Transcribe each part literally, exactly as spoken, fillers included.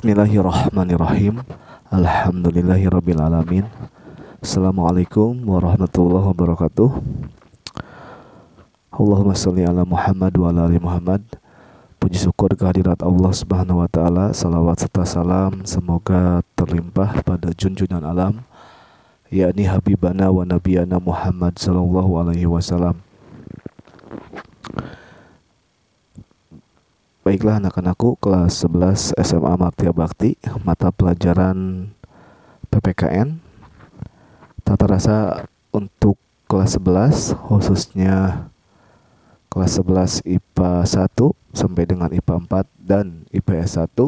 Bismillahirrahmanirrahim. Alhamdulillahirrabbilalamin. Assalamualaikum warahmatullahi wabarakatuh. Allahumma sholli ala Muhammad wa ala ali Muhammad. Puji syukur kehadirat Allah Subhanahu wa taala, salawat serta salam semoga terlimpah pada junjungan alam, yakni habibana wa nabiyana Muhammad sallallahu alaihi wasallam. Baiklah anak-anakku, kelas sebelas S M A Martia Bakti, mata pelajaran P P K N. Tata rasa untuk kelas sebelas, khususnya kelas sebelas I P A satu sampai dengan I P A empat dan I P S satu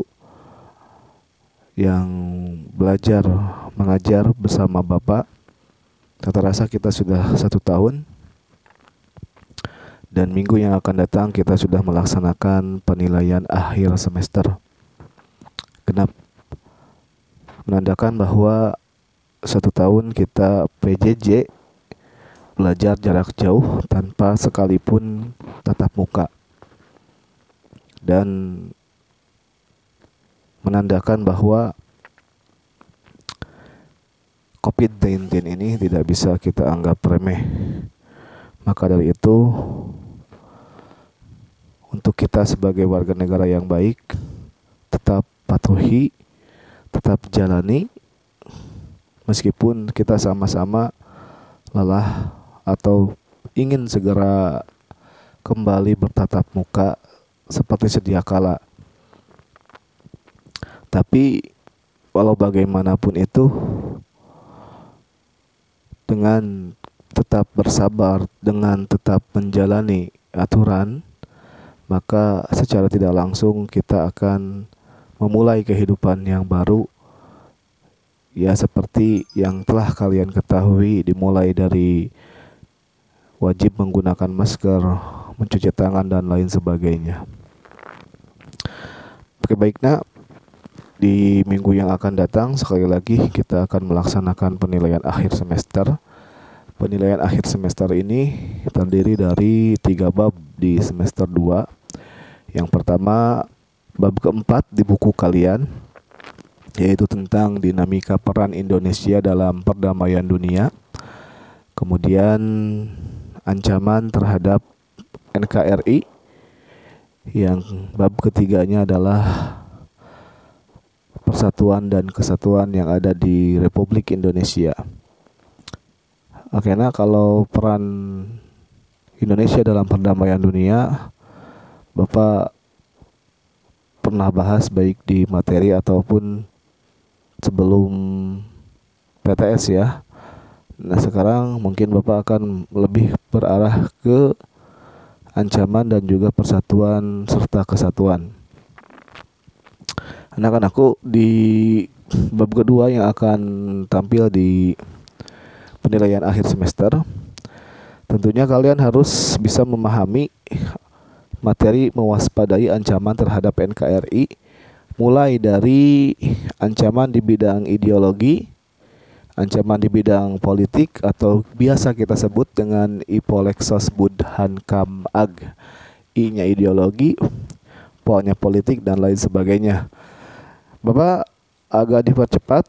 yang belajar mengajar bersama Bapak. Tata rasa kita sudah satu tahun. Dan minggu yang akan datang kita sudah melaksanakan penilaian akhir semester genap, menandakan bahwa satu tahun kita P J J, belajar jarak jauh tanpa sekalipun tatap muka, dan menandakan bahwa covid sembilan belas ini tidak bisa kita anggap remeh. Maka dari itu, untuk kita sebagai warga negara yang baik, tetap patuhi, tetap jalani, meskipun kita sama-sama lelah atau ingin segera kembali bertatap muka seperti sedia kala. Tapi walau bagaimanapun itu, dengan tetap bersabar, dengan tetap menjalani aturan, maka secara tidak langsung kita akan memulai kehidupan yang baru. Ya, seperti yang telah kalian ketahui, dimulai dari wajib menggunakan masker, mencuci tangan, dan lain sebagainya. Oke, baiknya di minggu yang akan datang sekali lagi kita akan melaksanakan penilaian akhir semester. Penilaian akhir semester ini terdiri dari tiga bab di semester dua. Yang pertama, bab keempat di buku kalian, yaitu tentang dinamika peran Indonesia dalam perdamaian dunia. Kemudian ancaman terhadap N K R I. Yang bab ketiganya adalah persatuan dan kesatuan yang ada di Republik Indonesia. Oke, nah kalau peran Indonesia dalam perdamaian dunia, Bapak pernah bahas baik di materi ataupun sebelum P T S ya. Nah, sekarang mungkin Bapak akan lebih berarah ke ancaman dan juga persatuan serta kesatuan. Anak-anakku, di bab kedua yang akan tampil di penilaian akhir semester, tentunya kalian harus bisa memahami materi mewaspadai ancaman terhadap N K R I, mulai dari ancaman di bidang ideologi, ancaman di bidang politik atau biasa kita sebut dengan Ipolexos Budhankam Ag. I-nya ideologi, Po-nya politik, dan lain sebagainya. Bapak agak dipercepat.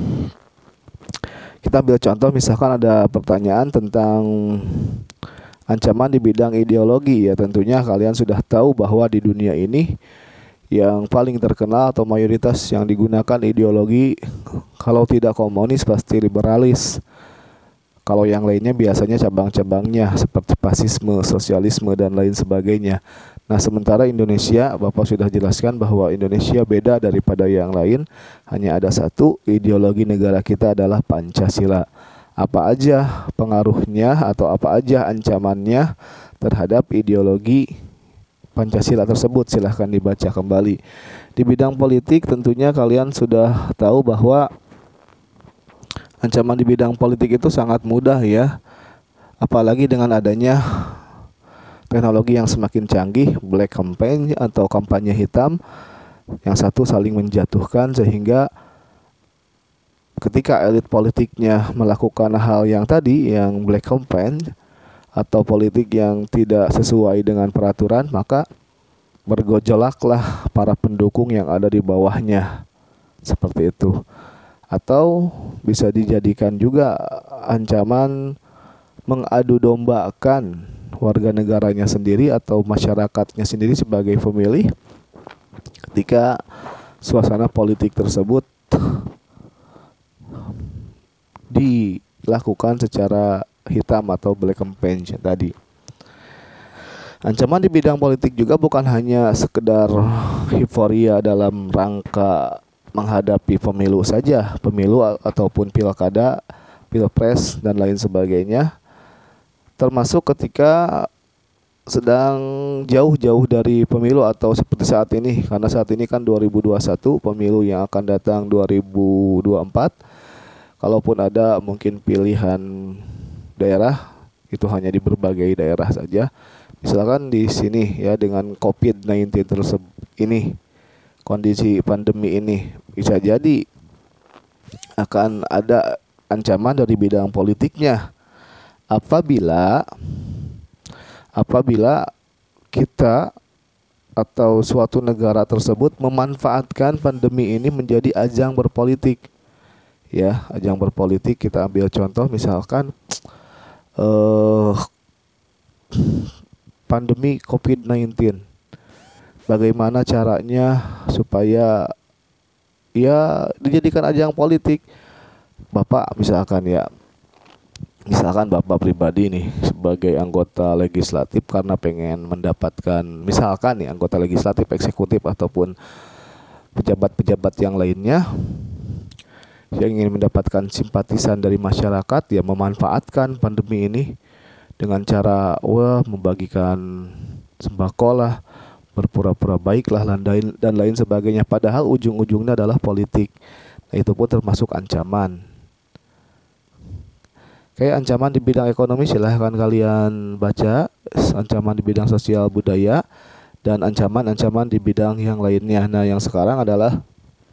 Kita ambil contoh, misalkan ada pertanyaan tentang ancaman di bidang ideologi. Ya, tentunya kalian sudah tahu bahwa di dunia ini yang paling terkenal atau mayoritas yang digunakan ideologi, kalau tidak komunis pasti liberalis. Kalau yang lainnya biasanya cabang-cabangnya seperti fasisme, sosialisme, dan lain sebagainya. Nah, sementara Indonesia, Bapak sudah jelaskan bahwa Indonesia beda daripada yang lain. Hanya ada satu, ideologi negara kita adalah Pancasila. Apa aja pengaruhnya atau apa aja ancamannya terhadap ideologi Pancasila tersebut, silahkan dibaca kembali. Di bidang politik tentunya kalian sudah tahu bahwa ancaman di bidang politik itu sangat mudah ya. Apalagi dengan adanya teknologi yang semakin canggih, black campaign atau kampanye hitam, yang satu saling menjatuhkan, sehingga ketika elit politiknya melakukan hal yang tadi, yang black campaign atau politik yang tidak sesuai dengan peraturan, maka bergojolaklah para pendukung yang ada di bawahnya. seperti itu. Atau bisa dijadikan juga ancaman mengadu dombakan warga negaranya sendiri atau masyarakatnya sendiri sebagai pemilih ketika suasana politik tersebut dilakukan secara hitam atau black campaign tadi. Ancaman di bidang politik juga bukan hanya sekedar euforia dalam rangka menghadapi pemilu saja, pemilu ataupun pilkada, pilpres dan lain sebagainya, termasuk ketika sedang jauh-jauh dari pemilu atau seperti saat ini, karena saat ini kan dua ribu dua puluh satu, pemilu yang akan datang dua ribu dua puluh empat. Kalaupun ada mungkin pilihan daerah, itu hanya di berbagai daerah saja. Misalkan di sini ya, dengan covid sembilan belas tersebut ini, kondisi pandemi ini, bisa jadi akan ada ancaman dari bidang politiknya apabila apabila kita atau suatu negara tersebut memanfaatkan pandemi ini menjadi ajang berpolitik. Ya, ajang berpolitik. Kita ambil contoh misalkan eh, pandemi covid sembilan belas. Bagaimana caranya supaya ya dijadikan ajang politik. Bapak misalkan ya, misalkan Bapak pribadi nih sebagai anggota legislatif karena pengen mendapatkan, misalkan nih anggota legislatif, eksekutif ataupun pejabat-pejabat yang lainnya yang ingin mendapatkan simpatisan dari masyarakat, ya memanfaatkan pandemi ini dengan cara wah membagikan sembako lah, berpura-pura baik lah dan lain sebagainya, padahal ujung-ujungnya adalah politik. Nah, itu pun termasuk ancaman. Kayak ancaman di bidang ekonomi silahkan kalian baca, ancaman di bidang sosial budaya, dan ancaman-ancaman di bidang yang lainnya. Nah, yang sekarang adalah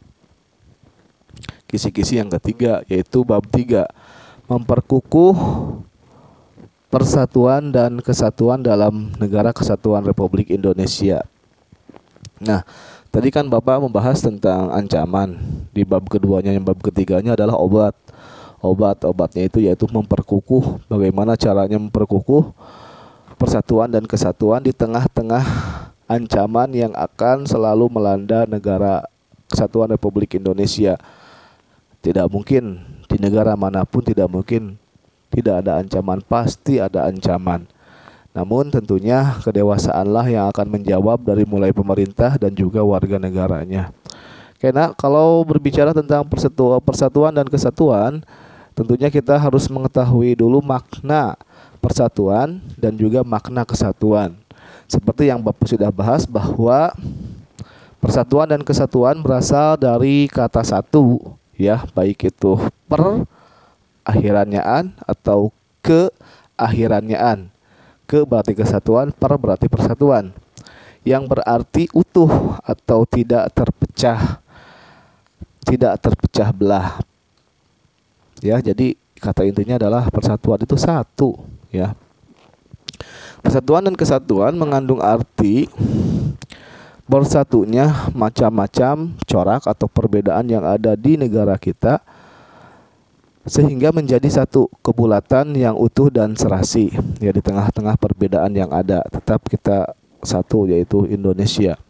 kisi-kisi yang ketiga, yaitu bab tiga, memperkukuh persatuan dan kesatuan dalam negara kesatuan Republik Indonesia. Nah, tadi kan Bapak membahas tentang ancaman. Di bab keduanya, yang bab ketiganya adalah obat. Obat-obatnya itu yaitu memperkukuh. Bagaimana caranya memperkukuh persatuan dan kesatuan di tengah-tengah ancaman yang akan selalu melanda negara kesatuan Republik Indonesia. Tidak mungkin di negara manapun, tidak mungkin tidak ada ancaman, pasti ada ancaman. Namun tentunya kedewasaanlah yang akan menjawab dari mulai pemerintah dan juga warga negaranya. Karena kalau berbicara tentang persatuan, persatuan dan kesatuan, tentunya kita harus mengetahui dulu makna persatuan dan juga makna kesatuan. Seperti yang Bapak sudah bahas bahwa persatuan dan kesatuan berasal dari kata satu, ya, baik itu per akhirannya an atau ke akhirannya an. Ke berarti kesatuan, per berarti persatuan, yang berarti utuh atau tidak terpecah, tidak terpecah belah. Ya, jadi kata intinya adalah persatuan itu satu, ya. Persatuan dan kesatuan mengandung arti bersatunya macam-macam corak atau perbedaan yang ada di negara kita sehingga menjadi satu kebulatan yang utuh dan serasi. Ya, di tengah-tengah perbedaan yang ada tetap kita satu, yaitu Indonesia.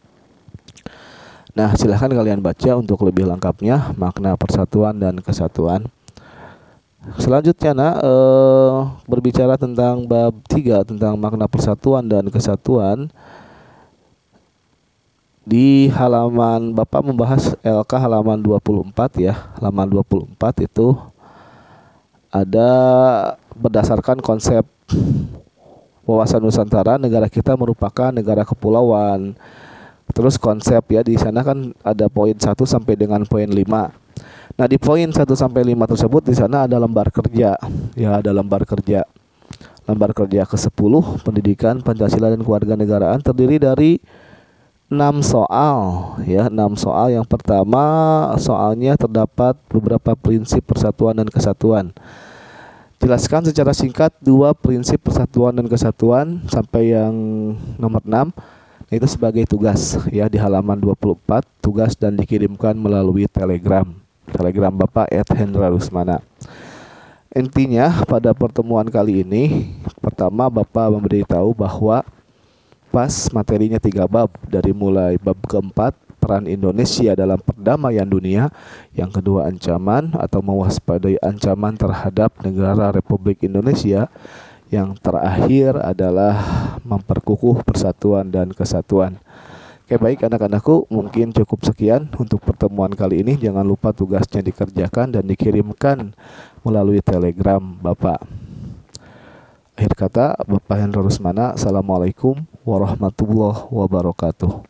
Nah, silahkan kalian baca untuk lebih lengkapnya makna persatuan dan kesatuan. Selanjutnya nah, eh, berbicara tentang bab tiga tentang makna persatuan dan kesatuan. Di halaman Bapak membahas L K halaman dua puluh empat ya. Halaman dua puluh empat itu ada berdasarkan konsep wawasan Nusantara, negara kita merupakan negara kepulauan. Terus konsep ya, di sana kan ada poin satu sampai dengan poin lima. Nah, di poin satu sampai lima tersebut di sana ada lembar kerja. Ya, ada lembar kerja. Lembar kerja kesepuluh, pendidikan Pancasila dan kewarganegaraan, terdiri dari enam soal, ya, enam soal. Yang pertama soalnya terdapat beberapa prinsip persatuan dan kesatuan. Jelaskan secara singkat dua prinsip persatuan dan kesatuan sampai yang nomor enam. Itu sebagai tugas ya di halaman dua puluh empat, tugas dan dikirimkan melalui Telegram. Telegram Bapak et hendra rusmana. Intinya pada pertemuan kali ini, pertama Bapak memberitahu bahwa pas materinya tiga bab, dari mulai bab keempat peran Indonesia dalam perdamaian dunia, yang kedua ancaman atau mewaspadai ancaman terhadap negara Republik Indonesia, yang terakhir adalah memperkukuh persatuan dan kesatuan. Oke, baik anak-anakku, mungkin cukup sekian untuk pertemuan kali ini. Jangan lupa tugasnya dikerjakan dan dikirimkan melalui Telegram Bapak. Akhir kata, Bapak Hendra Rusmana. Assalamualaikum warahmatullahi wabarakatuh.